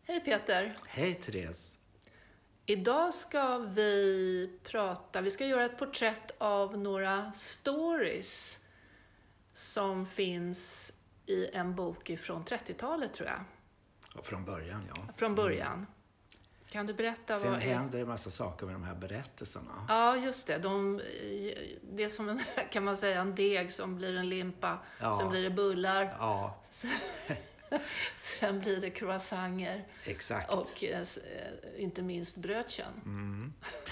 Hej Peter! Hej Therese! Idag ska vi ska göra ett porträtt av några stories som finns i en bok från 30-talet tror jag. Och från början, ja. Från början. Kan du berätta Sen vad händer det massa saker med de här berättelserna. Ja, just det. Det är som kan man säga en deg som blir en limpa, sen blir det bullar. Ja. Sen blir det croissanter. Exakt. Och inte minst brödchen.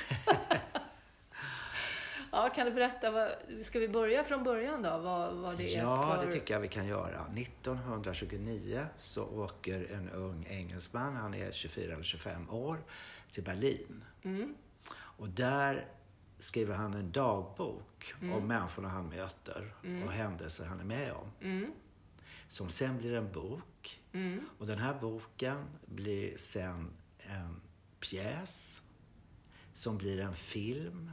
Ja, kan du berätta, ska vi börja från början då? Vad det är Ja, det tycker jag vi kan göra. 1929 så åker en ung engelsman, han är 24 eller 25 år, till Berlin. Och där skriver han en dagbok om människorna han möter och händelser han är med om. Som sen blir en bok. Och den här boken blir sen en pjäs som blir en film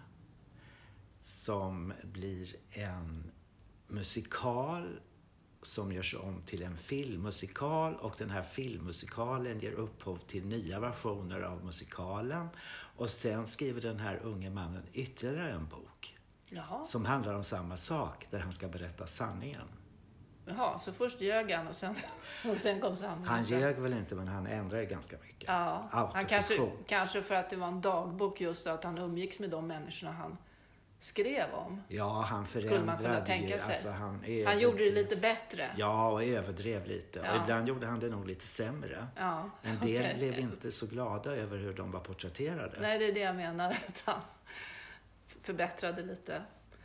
som blir en musikal som görs om till en filmmusikal, och den här filmmusikalen ger upphov till nya versioner av musikalen, och sen skriver den här unge mannen ytterligare en bok som handlar om samma sak, där han ska berätta sanningen. Jaha, så först ljög han och sen kom sanningen. Han ljög väl inte, men han ändrar ju ganska mycket. Ja, han kanske för att det var en dagbok just att han umgicks med de människorna han skrev om. Ja, han förändrade. Skulle man kunna tänka sig. Alltså, han gjorde det lite bättre. Ja, och överdrev lite. Och ibland gjorde han det nog lite sämre. Ja, en del blev inte så glada över hur de var porträtterade. Nej, det är det jag menar. Att han förbättrade lite.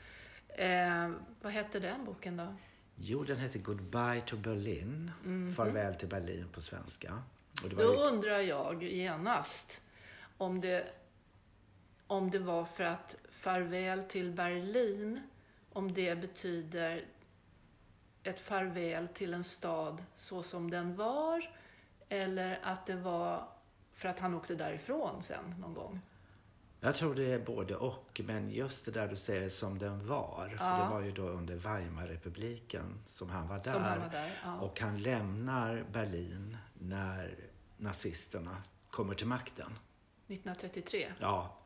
Vad hette den boken då? Jo, den heter Goodbye to Berlin. Farväl till Berlin på svenska. Och det var då undrar jag genast om det var för att farväl till Berlin, om det betyder ett farväl till en stad så som den var, eller att det var för att han åkte därifrån sen någon gång. Jag tror det är både och, men just det där du säger som den var, för det var ju då under Weimarrepubliken som han var där. Och han lämnar Berlin när nazisterna kommer till makten. 1933? Ja.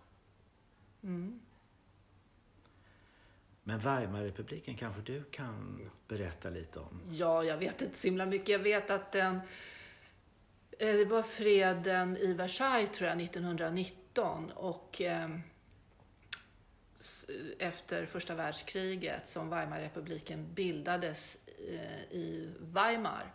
Men Weimarrepubliken kanske du kan berätta lite om? Ja, jag vet inte så himla mycket. Jag vet att det var freden i Versailles tror jag 1919 och efter första världskriget som Weimarrepubliken bildades i Weimar,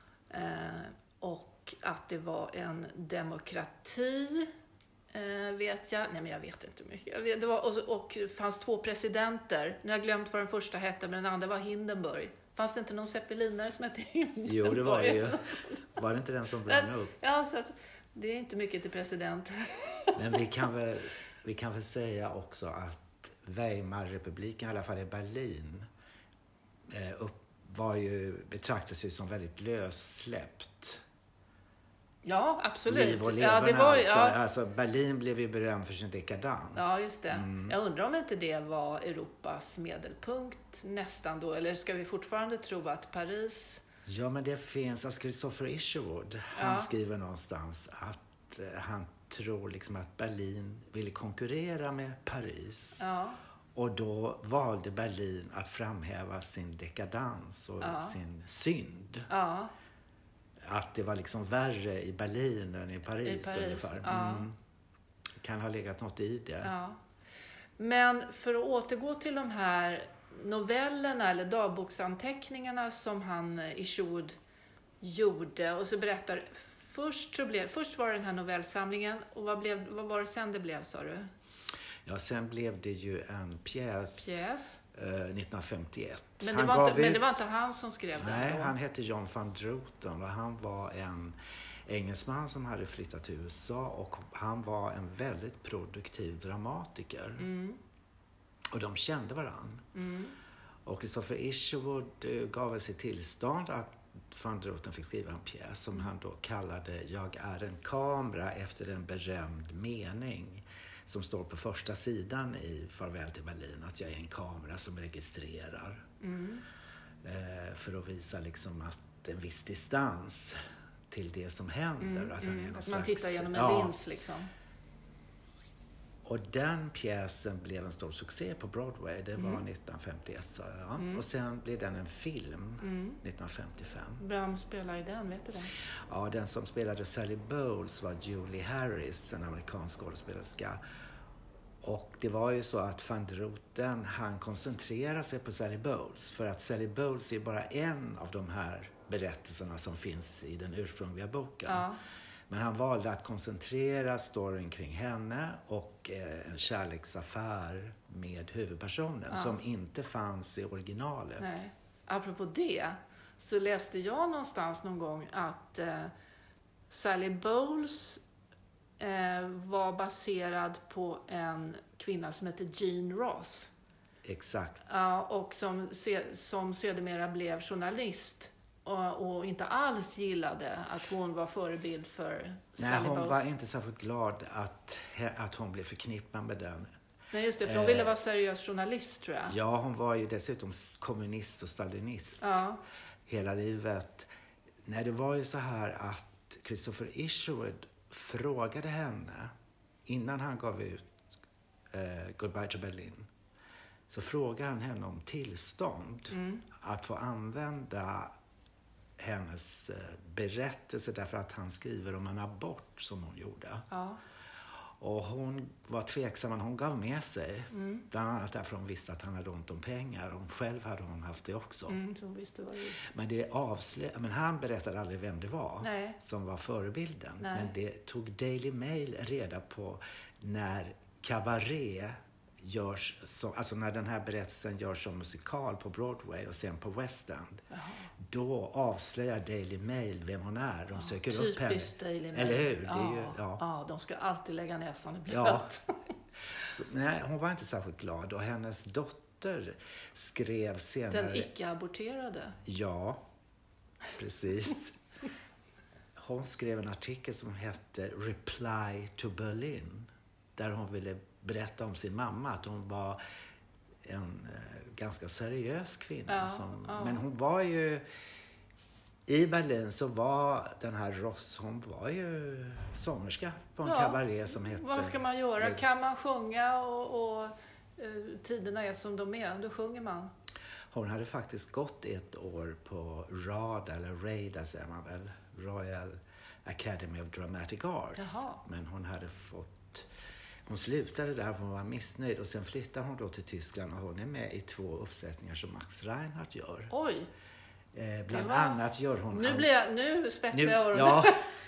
och att det var en demokrati vet jag. Nej, men jag vet inte mycket. Det var, och det fanns 2 presidenter. Nu har jag glömt vad den första hette, men den andra var Hindenburg. Fanns det inte någon zeppelinare som hette Hindenburg? Jo, det var det ju. Var det inte den som brann upp? Ja, så att det är inte mycket till president. Men vi kan väl säga också att Weimarrepubliken, i alla fall i Berlin, betraktades ju som väldigt lössläppt. Ja, absolut. Liv och leverne, alltså Berlin blev ju berömd för sin dekadans. Ja, just det. Jag undrar om inte det var Europas medelpunkt nästan då, eller ska vi fortfarande tro att Paris... Ja, men det finns, alltså Christopher Isherwood, han skriver någonstans att han tror liksom att Berlin ville konkurrera med Paris. Ja. Och då valde Berlin att framhäva sin dekadans och sin synd. Ja. Att det var liksom värre i Berlin än i Paris ungefär. Kan ha legat något i det. Ja. Men för att återgå till de här novellerna eller dagboksanteckningarna som han Isherwood gjorde, och så berättar först var det den här novellsamlingen, och vad var det sen det blev, sa du? Ja, sen blev det ju en pjäs. 1951. Men det var inte han som skrev den? Nej, han hette John van Druten, och han var en engelsman som hade flyttat till USA, och han var en väldigt produktiv dramatiker. Och de kände varann. Och Christopher Isherwood gav sig tillstånd att van Druten fick skriva en pjäs som han då kallade Jag är en kamera, efter en berömd mening som står på första sidan i Farväl till Berlin, att jag är en kamera som registrerar. För att visa liksom att en viss distans till det som händer. Att man tittar genom en lins liksom. Och den pjäsen blev en stor succé på Broadway. Det var 1951, sa jag. Och sen blev den en film 1955. Vem spelar i den, vet du det? Ja, den som spelade Sally Bowles var Julie Harris, en amerikansk skådespelerska. Och det var ju så att van der Roten, han koncentrerade sig på Sally Bowles. För att Sally Bowles är bara en av de här berättelserna som finns i den ursprungliga boken. Ja. Men han valde att koncentrera storyn kring henne och en kärleksaffär med huvudpersonen som inte fanns i originalet. Nej. Apropå det så läste jag någonstans någon gång att Sally Bowles var baserad på en kvinna som hette Jean Ross. Exakt. Ja, och som sedermera blev journalist. Och inte alls gillade att hon var förebild för Sally Bowles. Nej, hon var inte särskilt glad att hon blev förknippad med den. Nej, just det, för hon ville vara seriös journalist, tror jag. Ja, hon var ju dessutom kommunist och stalinist hela livet. Nej, det var ju så här att Christopher Isherwood frågade henne innan han gav ut Goodbye to Berlin. Så frågade han henne om tillstånd att få använda hennes berättelse därför att han skriver om en abort som hon gjorde. Ja. Och hon var tveksam, men hon gav med sig. Bland annat därför hon visste att han hade ont om pengar. Och själv hade hon haft det också. Så hon visste vad det... Men han berättade aldrig vem det var som var förebilden. Nej. Men det tog Daily Mail reda på när Cabaret görs som, alltså när den här berättelsen görs som musikal på Broadway och sen på West End. Jaha. Då avslöjar Daily Mail vem hon är. De söker upp henne. Typiskt Daily Mail. Eller hur? Det är ju, ja, de ska alltid lägga näsan i blöt. Ja. Nej, hon var inte särskilt glad. Och hennes dotter skrev senare... Den icke-aborterade. Ja, precis. Hon skrev en artikel som hette Reply to Berlin. Där hon ville berätta om sin mamma. Att hon var en ganska seriös kvinna. Men hon var ju... I Berlin så var den här Ross, hon var ju sångerska på en kabaré som hette... Vad ska man göra? Kan man sjunga och tiderna är som de är, då sjunger man. Hon hade faktiskt gått ett år på RADA, eller RADA säger man väl, Royal Academy of Dramatic Arts. Jaha. Men hon hade fått... Hon slutade där för hon var missnöjd och sen flyttade hon då till Tyskland och hon är med i 2 uppsättningar som Max Reinhardt gör. Oj! Bland annat gör hon... Nu spetsar jag öronen. Ja,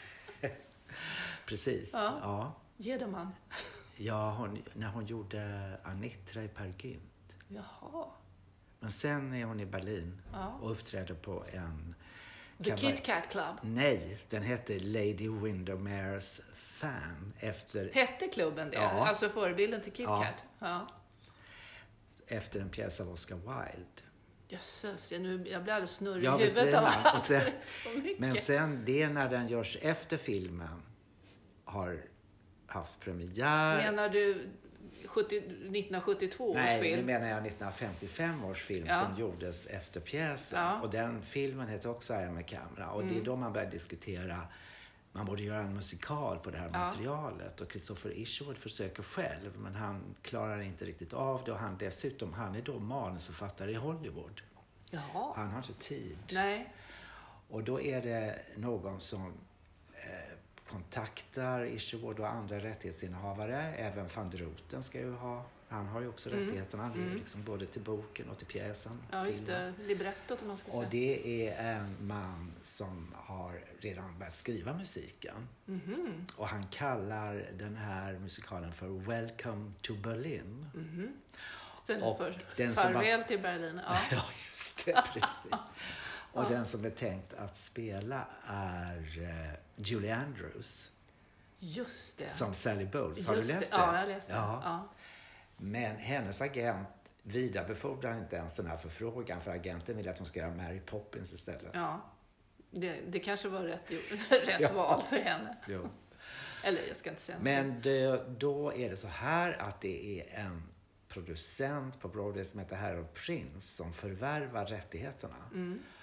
precis. Ja. Gederman. Ja, när hon gjorde Anitra i Per Gynt. Jaha. Men sen är hon i Berlin och uppträder på en... The Kit Kat Club? Nej, den hette Lady Windermere's Fan. Hette klubben det? Ja. Alltså förebilden till Kit Kat? Ja. Efter en pjäs av Oscar Wilde. Jösses, jag blir alldeles snurrig i huvudet av allt. Så mycket. Men sen, det när den görs efter filmen har haft premiär. Menar du 1972 års film? Nej, nu menar jag 1955 års film som gjordes efter pjäsen. Ja. Och den filmen heter också I am a camera. Och det är då man börjar diskutera, man borde göra en musikal på det här materialet. Och Christopher Isherwood försöker själv, men han klarar inte riktigt av det. Och han är då manusförfattare i Hollywood. Ja. Han har inte tid. Nej. Och då är det någon som kontaktar Isherwood och andra rättighetsinnehavare. Även van der Roten ska ju ha. Han har ju också rättigheterna liksom både till boken och till pjäsen. Ja, just det. Librettot om man ska säga. Och det är en man som har redan börjat skriva musiken. Mm-hmm. Och han kallar den här musikalen för Welcome to Berlin. Mm-hmm. Istället för farväl till Berlin. Ja, just det. Precis. Och den som är tänkt att spela är Julie Andrews. Just det. Som Sally Bowles. Har du läst det? Ja, jag läste det. Ja. Men hennes agent vidarebefordrar inte ens den här förfrågan. För agenten vill att hon ska göra Mary Poppins istället. Ja, det kanske var rätt val för henne. Jo. Eller jag ska inte säga Men då är det så här att det är en producent på Broadway som heter Harold Prince som förvärvar rättigheterna.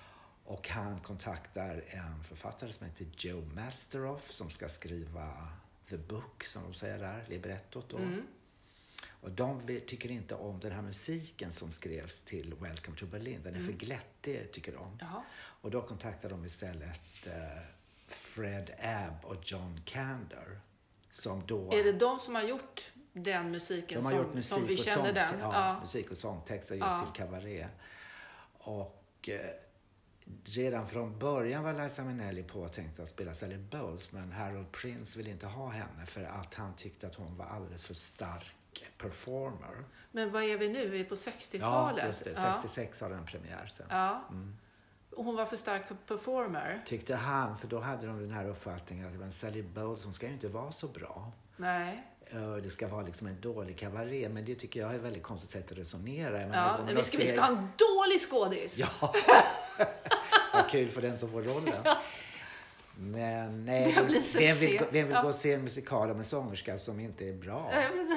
Och han kontaktar en författare som heter Joe Masteroff som ska skriva The Book, som de säger där, librettot då. Och de tycker inte om den här musiken som skrevs till Welcome to Berlin. Den är för glättig, tycker de. Jaha. Och då kontaktar de istället Fred Abb och John Kander. Som då... Är det de som har gjort den musiken som vi känner den? Ja, musik och sångtexter just till Cabaret. Och redan från början var Liza Minnelli påtänkt att spela Sally Bowles, men Harold Prince ville inte ha henne för att han tyckte att hon var alldeles för stark performer. Men vad är vi nu? Vi är på 60-talet? Ja, just det. 66 har den premiär sen. Ja. Hon var för stark för performer? Tyckte han, för då hade de den här uppfattningen att men Sally Bowles, hon ska ju inte vara så bra. Nej. Det ska vara liksom en dålig kabaré, men det tycker jag är ett väldigt konstigt sätt att resonera. Men vi ska ha en dålig skådis! Ja, vad kul för den som får rollen. Men nej, vem vill gå och se en musikal om en sångerska som inte är bra?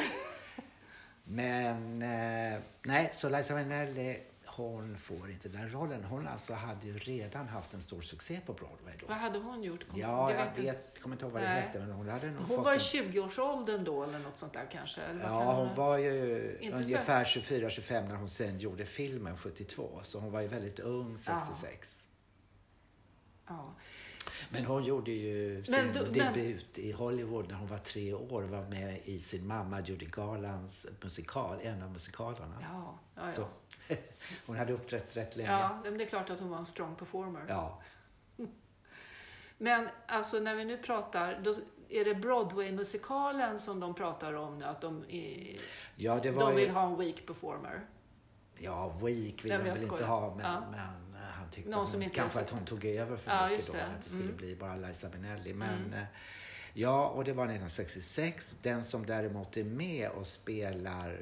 Men nej, så Liza Minnelli, hon får inte den rollen. Hon alltså hade ju redan haft en stor succé på Broadway då. Vad hade hon gjort? Jag kommer inte ihåg vad det hette, men hon hade nog Hon var i 20-årsåldern då eller något sånt där kanske? Eller hon var ju ungefär 24-25 när hon sen gjorde filmen 72. Så hon var ju väldigt ung 66. Ja. Men hon gjorde ju sin debut i Hollywood när hon var 3 år. Var med i sin mamma Judy Garlands musikal, en av musikalerna. Ja. Så hon hade uppträtt rätt länge. Ja, det är klart att hon var en strong performer. Ja. Men alltså när vi nu pratar, då är det Broadway-musikalen som de pratar om nu, att de vill ha en weak performer. Ja, weak vill de väl inte ha, men han tyckte kanske att hon tog över för mycket då, att det skulle bli bara Liza Minnelli. Men och det var 1966. Den som däremot är med och spelar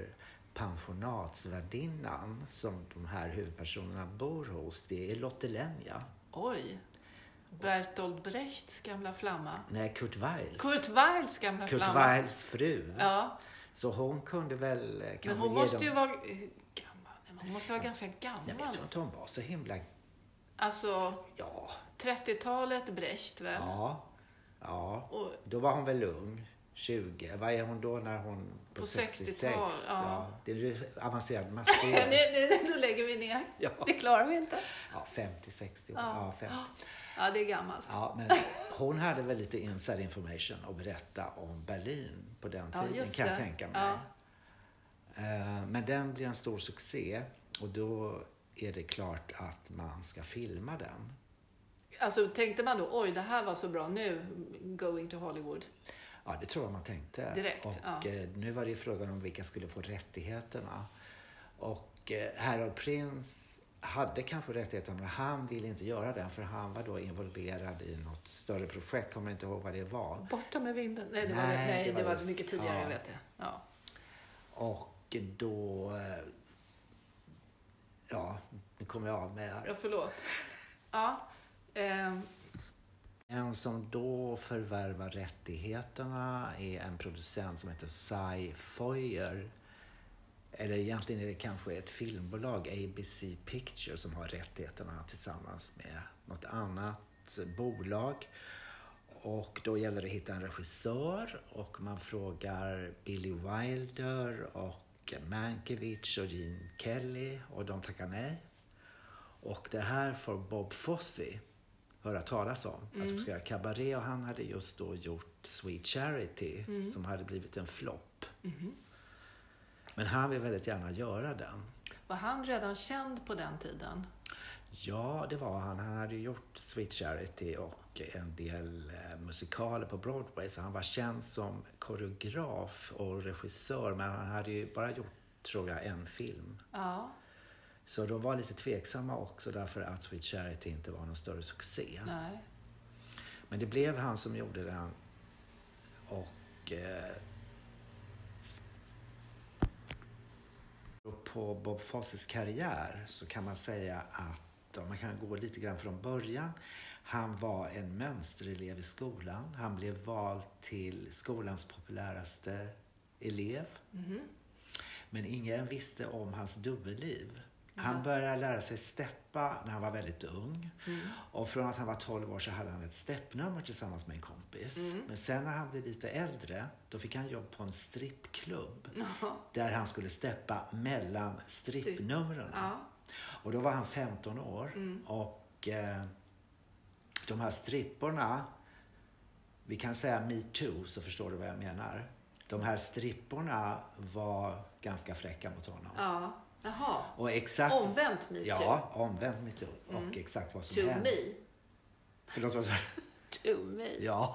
pensionatsvärdinnan som de här huvudpersonerna bor hos, det är Lotte Lenya. Oj! Bertolt Brechts gamla flamma. Nej, Kurt Weils. Kurt Weils gamla flamma. Kurt Weils fru. Ja. Så hon kunde väl... Men hon måste ju vara gammal. Hon måste vara ganska gammal. Jag tror inte hon var så himla... Alltså... Ja. 30-talet Brecht väl? Ja. Och då var hon väl ung. 20. Vad är hon då när hon... På 66. Ja. Det är avancerad matte. Då lägger vi ner. Ja. Det klarar vi inte. Ja, 50-60 år. Ja, 50. Ja, det är gammalt. Ja, men hon hade väl lite inside information att berätta om Berlin på den tiden, kan jag tänka mig. Ja. Men den blir en stor succé och då är det klart att man ska filma den. Alltså tänkte man då, oj det här var så bra, nu going to Hollywood. Ja, det tror jag man tänkte. Direkt, och nu var det ju frågan om vilka skulle få rättigheterna. Och Harold Prince hade kanske rättigheterna, men han ville inte göra den för han var då involverad i något större projekt, kommer inte ihåg vad det var. Borta med vinden? Nej, det var mycket tidigare, jag vet det. Ja. Och då... nu kommer jag av med här. Ja, förlåt. Ja. En som då förvärvar rättigheterna är en producent som heter Cy Foyer. Eller egentligen är det kanske ett filmbolag, ABC Pictures, som har rättigheterna tillsammans med något annat bolag. Och då gäller det att hitta en regissör och man frågar Billy Wilder och Mankiewicz och Gene Kelly och de tackar nej. Och det här får Bob Fosse höra talas om. Att de ska göra Cabaret och han hade just då gjort Sweet Charity som hade blivit en flopp. Men han vill väldigt gärna göra den. Var han redan känd på den tiden? Ja, det var han. Han hade gjort Sweet Charity och en del musikaler på Broadway. Så han var känd som koreograf och regissör. Men han hade ju bara gjort, tror jag, en film. Ja. Så de var lite tveksamma också därför att Sweet Charity inte var någon större succé. Nej. Men det blev han som gjorde den. Och på Bob Fosses karriär så kan man säga att man kan gå lite grann från början. Han var en mönsterelev i skolan. Han blev vald till skolans populäraste elev. Men ingen visste om hans dubbelliv. Han började lära sig steppa när han var väldigt ung. Och från att han var 12 år så hade han ett steppnummer tillsammans med en kompis. Men sen när han blev lite äldre, då fick han jobb på en strippklubb. Där han skulle steppa mellan strippnumren. Och då var han 15 år. Och de här stripporna, vi kan säga Me Too, så förstår du vad jag menar. De här stripporna var ganska fräcka mot honom. Ja. Jaha. Och exakt, omvänt Me Too. Ja, omvänt Me Too. Och exakt vad som hände. To me. Förlåt, vad sa du? To me. Ja.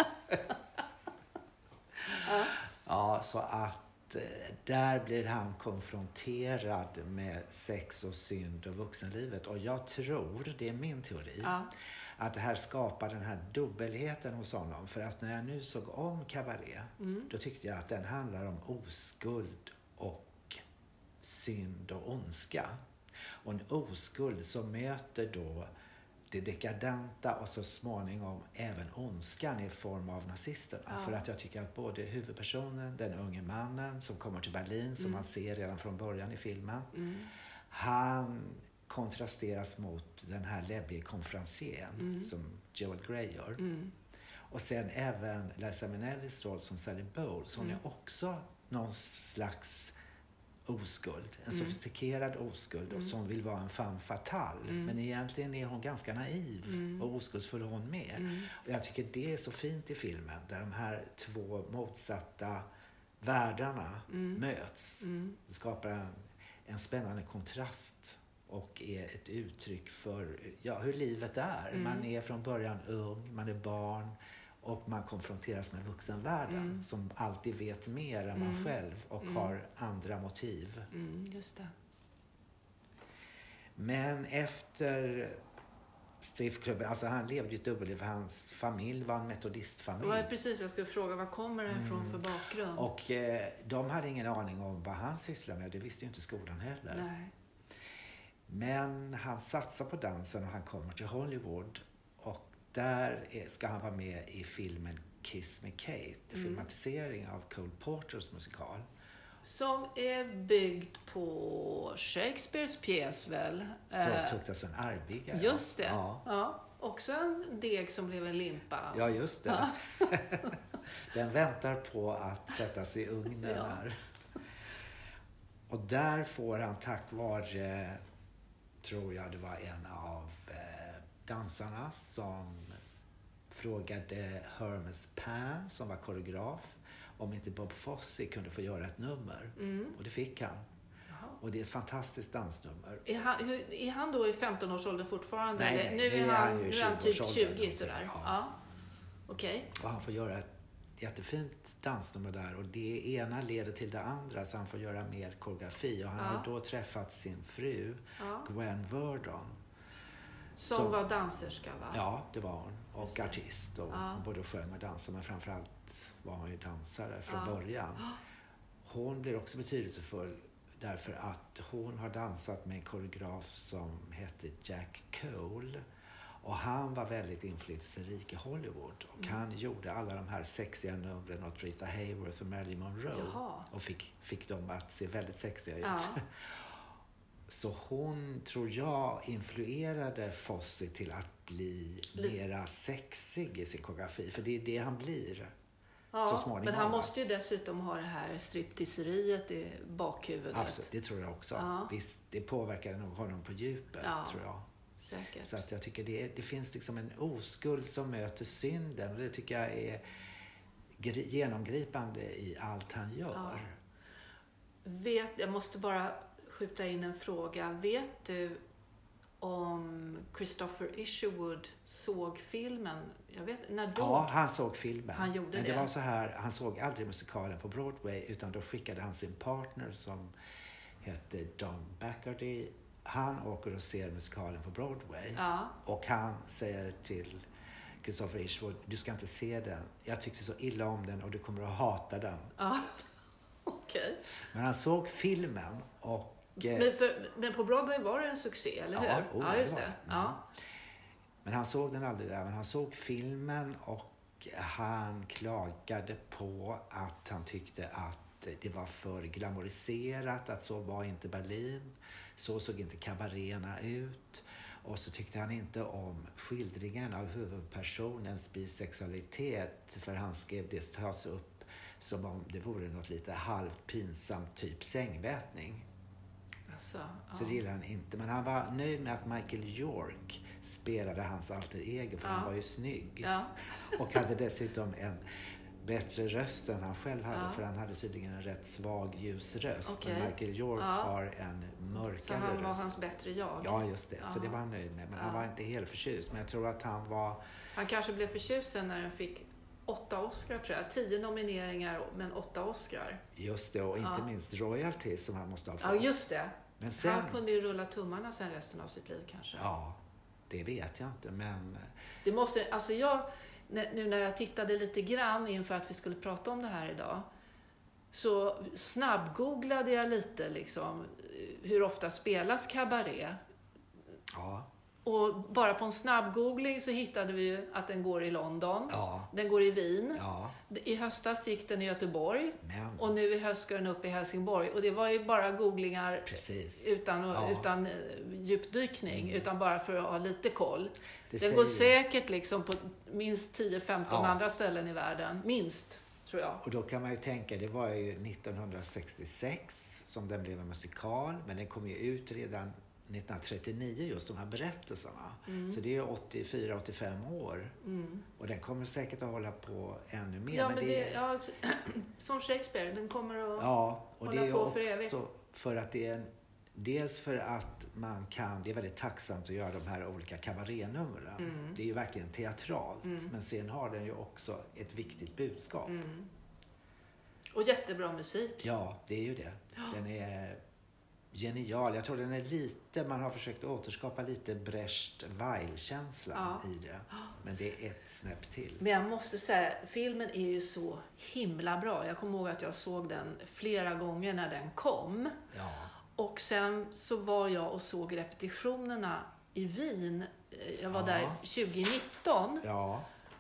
Ja, så att där blir han konfronterad med sex och synd och vuxenlivet. Och jag tror, det är min teori, att det här skapar den här dubbelheten hos honom. För att när jag nu såg om Cabaret, då tyckte jag att den handlar om oskuld och synd och ondska. Och en oskuld som möter då det dekadenta och så småningom även ondskan i form av nazisterna. För att jag tycker att både huvudpersonen, den unge mannen som kommer till Berlin, som man ser redan från början i filmen, han kontrasteras mot den här läbbige konferencieren som Joel Grey gör. Och sen även Liza Minnellis roll som Sally Bowles. Hon är också någon slags oskuld, en sofistikerad oskuld och som vill vara en femme fatale. Men egentligen är hon ganska naiv och oskuldsfull hon med. Och jag tycker det är så fint i filmen där de här två motsatta världarna möts. Det skapar en spännande kontrast och är ett uttryck för hur livet är. Man är från början ung, man är barn och man konfronteras med vuxenvärlden som alltid vet mer än man själv och har andra motiv. Just det. Men efter strippklubben, alltså han levde ju ett dubbelliv, för hans familj var en metodistfamilj. Det var precis vad jag skulle fråga, vad kommer det ifrån för bakgrund? Och de hade ingen aning om vad han sysslade med, det visste ju inte skolan heller. Nej. Men han satsar på dansen och han kommer till Hollywood. Och där ska han vara med i filmen Kiss Me Kate. Filmatisering av Cole Porters musikal. Som är byggd på Shakespeares pjäs väl? Så tuktas en arvinge. Just det. Ja. Också en deg som blev en limpa. Ja, just det. Den väntar på att sättas i ugnen här. Och där får han tack vare, tror jag det var en av dansarna som frågade Hermes Pan, som var koreograf, om inte Bob Fosse kunde få göra ett nummer. Och det fick han. Jaha. Och det är ett fantastiskt dansnummer. Är han då i 15-årsåldern fortfarande? Nej, nu är han typ 20 sådär. Ja. Okej. Och han får göra ett jättefint dansnummer där. Och det ena leder till det andra, så han får göra mer koreografi. Och han har då träffat sin fru, Gwen Verdon. Som var danserska, va? Ja, det var hon. Och artist. Och hon både sjöng och dansade, men framförallt var hon ju dansare från början. Hon blir också betydelsefull därför att hon har dansat med en koreograf som hette Jack Cole. Och han var väldigt inflytelserik i Hollywood. Och han gjorde alla de här sexiga numren åt Rita Hayworth och Marilyn Monroe. Jaha. Och fick dem att se väldigt sexiga ut. Så hon, tror jag, influerade Fosse till att bli mera sexig i sin koreografi. För det är det han blir så småningom. Men han måste ju dessutom ha det här stripteaseriet i bakhuvudet. Absolut, det tror jag också. Visst, det påverkade nog honom på djupet, tror jag. Säkert. Så att jag tycker det finns liksom en oskuld som möter synden. Och det tycker jag är genomgripande i allt han gör. Jag måste bara skjuta in en fråga. Vet du om Christopher Isherwood såg filmen? Jag vet, när då? Ja, han såg filmen. Han gjorde Men det var så här, han såg aldrig musikalen på Broadway, utan då skickade han sin partner som hette Don Baccardy. Han åker och ser musikalen på Broadway. Och han säger till Christopher Isherwood, du ska inte se den. Jag tyckte så illa om den och du kommer att hata den. Okej. Men han såg filmen och... Men på Broadway var det en succé, eller hur? Ja, just det. Men han såg den aldrig där. Men han såg filmen och han klagade på att han tyckte att det var för glamoriserat, att så var inte Berlin. Så såg inte kabaréerna ut. Och så tyckte han inte om skildringen av huvudpersonens bisexualitet, för han skrev det tas upp som om det vore något lite halvt pinsamt, typ sängvätning. Alltså, ja. Så det gillade han inte. Men han var nöjd med att Michael York spelade hans alter ego, för han var ju snygg. Ja. Och hade dessutom en bättre röst än han själv hade, för han hade tydligen en rätt svag ljus röst. Okay. Men Michael York har en mörkare röst. Så han var hans bättre jag? Ja, just det. Så det var han nöjd med. Men han var inte helt förtjust. Men jag tror att han var... Han kanske blev förtjust när den fick 8 Oscar, tror jag. 10 nomineringar, men 8 Oscar. Just det, och inte minst royalties som han måste ha fått. Ja, just det. Men sen... Han kunde ju rulla tummarna sen resten av sitt liv kanske. Ja, det vet jag inte, men... Det måste... Alltså nu när jag tittade lite grann inför att vi skulle prata om det här idag, så snabbgooglade jag lite liksom hur ofta spelas kabaré. Ja. Och bara på en snabbgoogling så hittade vi ju att den går i London. Ja. Den går i Wien. Ja. I höstas gick den i Göteborg. Men... Och nu i höst ska den upp i Helsingborg. Och det var ju bara googlingar. Precis. Utan djupdykning. Utan bara för att ha lite koll. Den går säkert liksom på minst 10-15 andra ställen i världen. Minst, tror jag. Och då kan man ju tänka, det var ju 1966 som den blev en musikal. Men den kom ju ut redan 1939, just de här berättelserna. Så det är 84-85 år. Och den kommer säkert att hålla på ännu mer. Ja, men som Shakespeare, den kommer att och hålla det är på också för evigt. För att det är dels för att det är väldigt tacksamt att göra de här olika kabarénumren. Det är ju verkligen teatralt. Men sen har den ju också ett viktigt budskap. Och jättebra musik. Ja, det är ju det. Den är genial. Jag tror den är lite, man har försökt återskapa lite Brecht-Weil-känslan i det. Men det är ett snäpp till. Men jag måste säga, filmen är ju så himla bra. Jag kommer ihåg att jag såg den flera gånger när den kom. Ja. Och sen så var jag och såg repetitionerna i Wien. Jag var där 2019. Ja.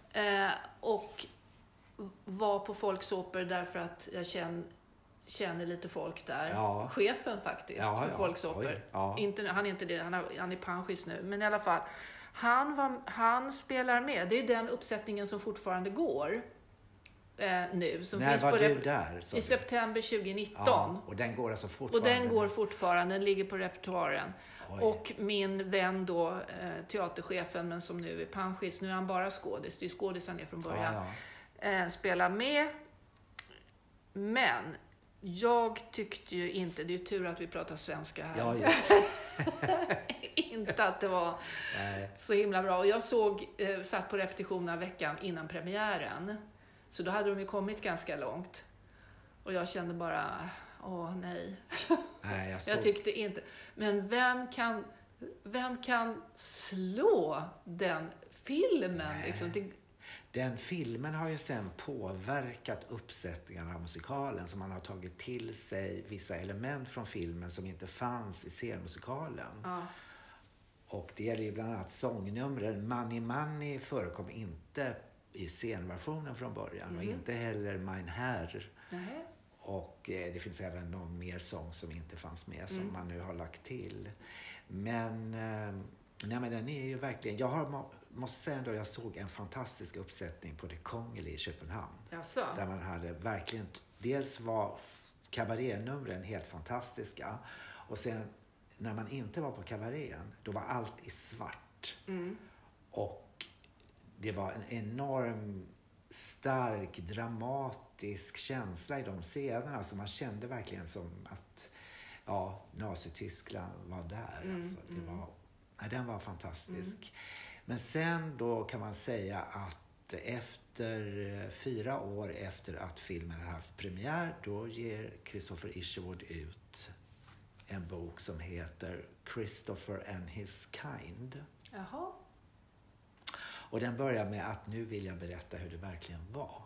Och var på Folksoper därför att jag känner lite folk där. Ja. Chefen faktiskt för Folksoper. Ja. Han är inte det, han är pensionist nu. Men i alla fall, han spelar med. Det är den uppsättningen som fortfarande går nu. Som När finns var på du där? I september 2019. Ja, och den går alltså fortfarande? Och den går fortfarande, den ligger på repertoaren. Oj. Och min vän då, teaterchefen, men som nu är pensionist, nu är han bara skådis, det är skådisen är från början, spelar med. Men jag tyckte ju inte, det är ju tur att vi pratar svenska här. Ja, just inte att det var så himla bra. Och jag satt på repetitionen veckan innan premiären. Så då hade de ju kommit ganska långt. Och jag kände bara, nej. Jag tyckte inte. Men vem kan slå den filmen? Liksom? Den filmen har ju sen påverkat uppsättningarna av musikalen, så man har tagit till sig vissa element från filmen som inte fanns i scenmusikalen. Ja. Och det gäller ju bland annat sångnumren. Money Money förekom inte i scenversionen från början, och inte heller Mein Herr. Nej. Och det finns även någon mer sång som inte fanns med som man nu har lagt till. Men den är ju verkligen... måste säga ändå, jag såg en fantastisk uppsättning på Det Kongelige i Köpenhamn. Jaså? Där man hade verkligen... Dels var kabarénumren helt fantastiska. Och sen när man inte var på kabarén, då var allt i svart. Och det var en enorm stark, dramatisk känsla i de scenerna. Alltså man kände verkligen som att Nazityskland var där. Alltså, den var fantastisk. Men sen då kan man säga att efter 4 år efter att filmen har haft premiär, då ger Christopher Isherwood ut en bok som heter Christopher and His Kind. Jaha. Och den börjar med att nu vill jag berätta hur det verkligen var.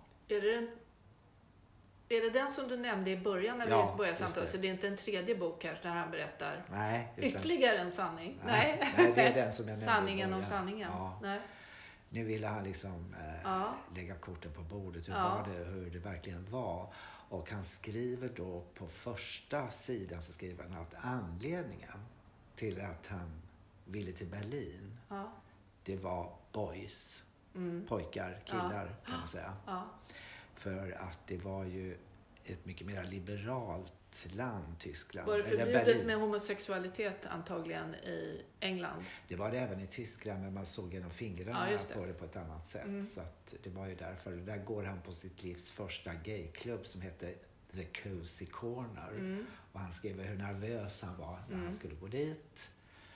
Är det den som du nämnde i början när vi började samtalet? Så det är inte en tredje bok här där han berättar ytterligare en sanning? Nej, det är den som jag nämnde sanningen i om början. sanningen. Ja. Nej. Nu ville han liksom lägga korten på bordet. Hur det verkligen var. Och han skriver då på första sidan så skriver han att anledningen till att han ville till Berlin, det var boys. Pojkar, killar kan man säga. För att det var ju ett mycket mer liberalt land, Tyskland. Var det förbjudet med homosexualitet antagligen i England? Det var det även i Tyskland, men man såg genom fingrarna på det på ett annat sätt. Så att det var ju därför. Där går han på sitt livs första gayklubb som heter The Cozy Corner. Och han skrev hur nervös han var när han skulle gå dit.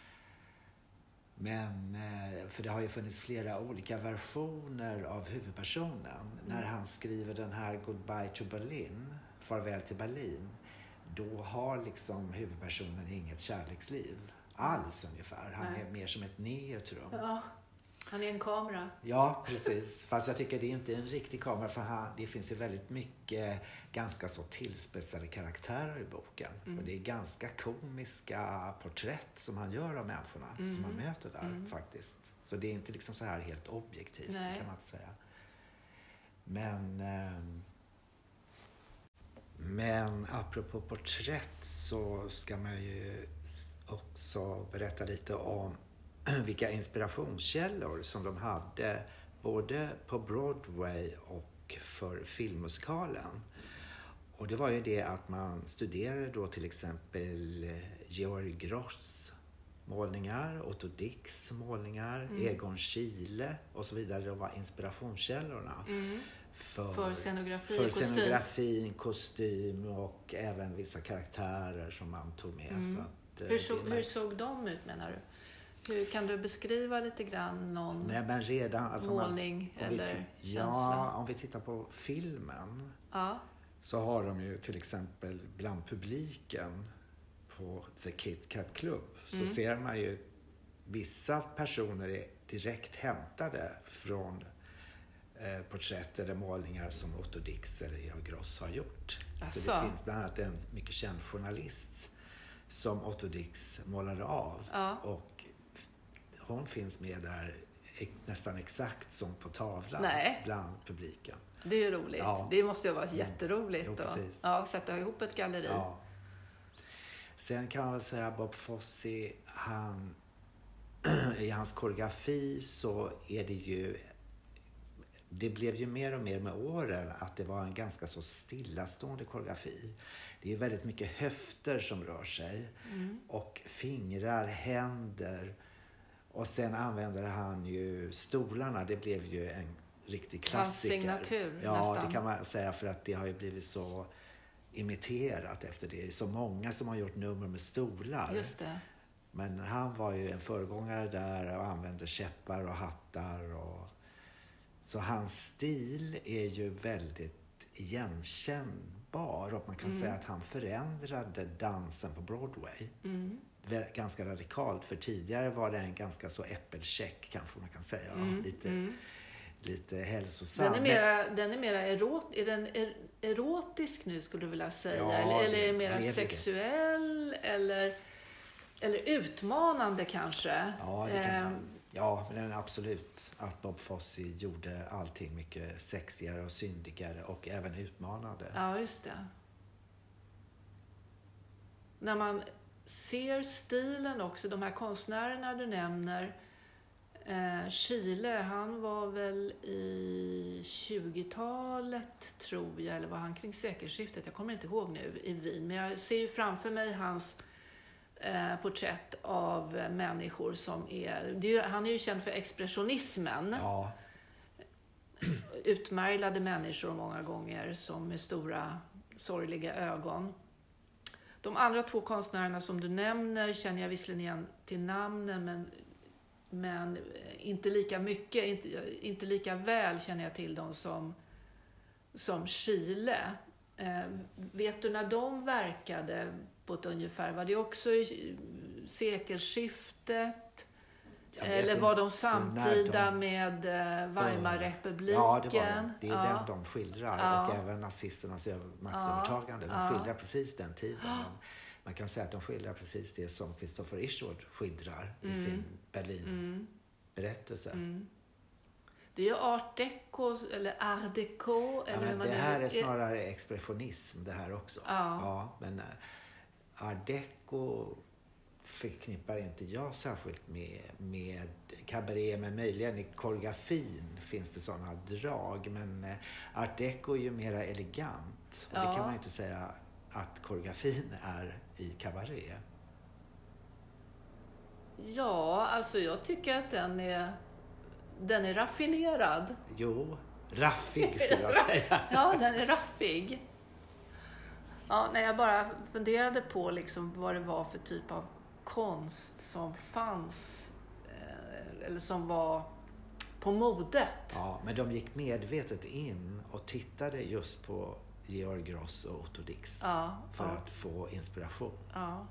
Men, för det har ju funnits flera olika versioner av huvudpersonen. När han skriver den här Goodbye to Berlin, farväl till Berlin, då har liksom huvudpersonen inget kärleksliv alls ungefär. Han är mer som ett neutrum. Ja, han är en kamera. Ja, precis. Fast jag tycker det är inte en riktig kamera, för det finns ju väldigt mycket ganska så tillspetsade karaktärer i boken. Och det är ganska komiska porträtt som han gör av människorna som man möter där faktiskt. Så det är inte liksom så här helt objektivt, det kan man inte säga. Men apropå porträtt så ska man ju också berätta lite om vilka inspirationskällor som de hade både på Broadway och för filmmusikalen. Och det var ju det att man studerade då till exempel Georg Gross målningar, Otto Dix målningar, Egon Schiele och så vidare. Det var inspirationskällorna. För scenografin, kostym och även vissa karaktärer som man tog med. Så att, hur såg de ut, menar du? Hur kan du beskriva lite grann någon målning eller känsla? Ja, om vi tittar på filmen så har de ju till exempel bland publiken på The Kit Kat Club så ser man ju vissa personer är direkt hämtade från porträtt eller målningar som Otto Dix eller Georg Gross har gjort. Så det finns bland annat en mycket känd journalist som Otto Dix målade av. Och hon finns med där nästan exakt som på tavlan bland publiken. Det är ju roligt. Ja. Det måste ju vara jätteroligt att sätta ihop ett galleri. Ja. Sen kan man väl säga att Bob Fosse, i hans koreografi så är det ju, det blev ju mer och mer med åren att det var en ganska så stillastående koreografi. Det är väldigt mycket höfter som rör sig och fingrar, händer, och sen använder han ju stolarna. Det blev ju en riktig klassiker. Hans signatur nästan. Det kan man säga, för att det har ju blivit så imiterat efter det. Det är så många som har gjort nummer med stolar. Just det. Men han var ju en föregångare där och använde käppar och hattar. Så hans stil är ju väldigt igenkännbar. Och man kan säga att han förändrade dansen på Broadway. Ganska radikalt. För tidigare var det en ganska så äppelcheck, kanske man kan säga. Lite hälsosam. Den är mera är den erotisk nu, skulle du vilja säga? Ja, eller är det mera sexuell? Eller utmanande kanske? Ja, det kan man. Ja, men absolut att Bob Fosse gjorde allting mycket sexigare och syndigare och även utmanande. Ja, just det. När man ser stilen också, de här konstnärerna du nämner, Schiele, han var väl i 20-talet tror jag, eller var han kring sekelskiftet, jag kommer inte ihåg nu, i Wien, men jag ser ju framför mig hans porträtt av människor som han är ju känd för expressionismen. Ja. Utmärglade människor många gånger som med stora sorgliga ögon. De andra två konstnärerna som du nämner känner jag visserligen igen till namnen, men inte lika mycket, inte lika väl känner jag till dem som Schiele. Vet du när de verkade på ett ungefär? Var det också i sekelskiftet? Eller var de samtida med Weimarrepubliken? Ja, det var de. Det är den de skildrar. Och även nazisternas maktövertagande. De skildrar precis den tiden. Man kan säga att de skildrar precis det som Christopher Ishwood skildrar i sin Berlin-berättelse. Det är ju art deco eller art deco. Ja, eller men vad det här är snarare expressionism det här också. Ja. Men art deco förknippar inte jag särskilt med kabaré, men möjligen i koreografin finns det sådana drag. Men art deco är ju mera elegant. Och det kan man ju inte säga att koreografin är i kabaré. Ja, alltså jag tycker att den är raffinerad. Jo, raffig skulle jag säga. Ja, den är raffig. Ja, när jag bara funderade på liksom vad det var för typ av konst som fanns eller som var på modet. Ja, men de gick medvetet in och tittade just på Georg Gross och Otto Dix för att få inspiration. Ja.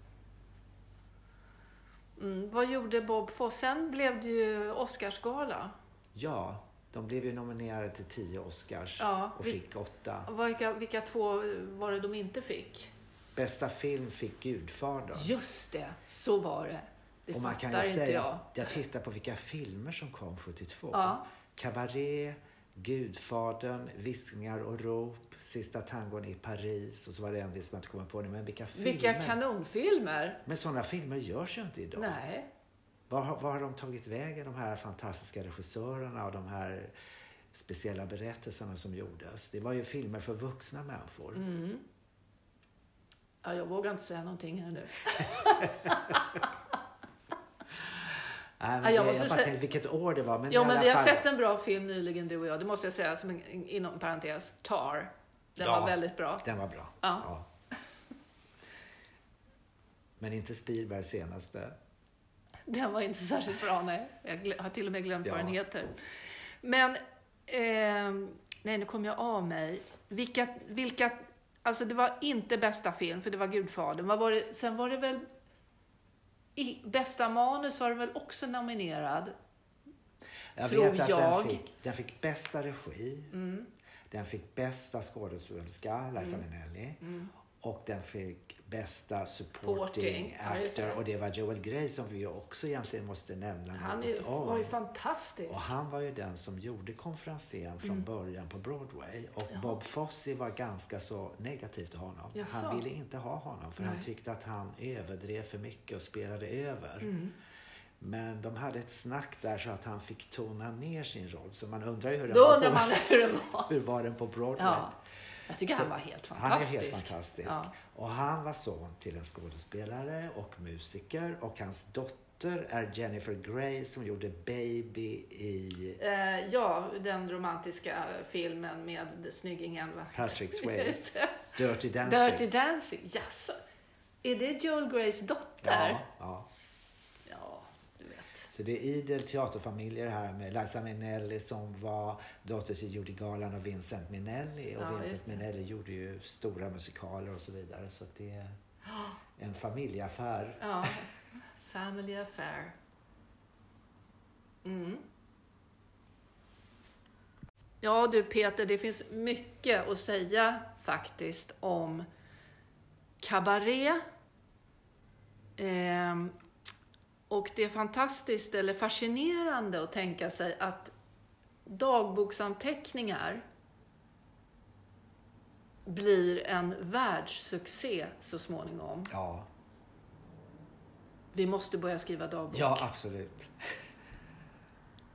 Vad gjorde Bob Fosse? Sen blev det ju Oscarsgala. Ja, de blev ju nominerade till 10 Oscars och fick 8. Vilka 2 var det de inte fick? Bästa film fick Gudfadern. Just det, så var det. Det och man kan ju fattar inte säga, jag tittar på vilka filmer som kom 72. Ja. Cabaret, Gudfadern, Viskningar och rop, Sista tangon i Paris, och så var det en del som jag inte kommer på nu. Men vilka kanonfilmer! Men sådana filmer görs ju inte idag. Nej. Var har de tagit vägen, de här fantastiska regissörerna och de här speciella berättelserna som gjordes? Det var ju filmer för vuxna människor. Mm. Ja, jag vågar inte säga någonting här nu. Nej, men jag måste säga vilket år det var. Men men vi har sett en bra film nyligen, du och jag. Det måste jag säga som inom parentes. Tar. Den var väldigt bra. Den var bra. Ja. Men inte Spielbergs senaste. Den var inte särskilt bra, nej. Jag har till och med glömt vad den heter. Men, nej, nu kom jag av mig. Vilka, alltså det var inte bästa film, för det var Gudfadern. Sen var det väl, i bästa manus var det väl också nominerad. Jag vet att den fick bästa regi. Den fick bästa skådespelerska, Liza Minnelli. Och den fick bästa supporting actor. Och det var Joel Grey som vi också egentligen måste nämna. Han var ju fantastisk. Och han var ju den som gjorde konferensen från början på Broadway. Och Bob Fosse var ganska så negativ till honom. Han ville inte ha honom för han tyckte att han överdrev för mycket och spelade över. Men de hade ett snack där så att han fick tona ner sin roll. Så man undrar ju hur var den på Broadway. Ja. Jag tycker han var helt fantastisk. Han är helt fantastisk. Ja. Och han var son till en skådespelare och musiker. Och hans dotter är Jennifer Grey som gjorde Baby i... den romantiska filmen med snyggingen. Patrick Swayze. Dirty Dancing. Dirty Dancing, yes. Är det Joel Greys dotter? Ja. vet. Så det är idel teaterfamiljer här med Liza Minnelli som var dotter till Judy Garland och Vincent Minnelli. Och Vincent Minnelli gjorde ju stora musikaler och så vidare. Så det är en familjeaffär. Ja, family affair. Mm. Ja du Peter, det finns mycket att säga faktiskt om kabaré. Och det är fantastiskt eller fascinerande att tänka sig att dagboksanteckningar blir en världssuccé så småningom. Ja. Vi måste börja skriva dagbok. Ja, absolut.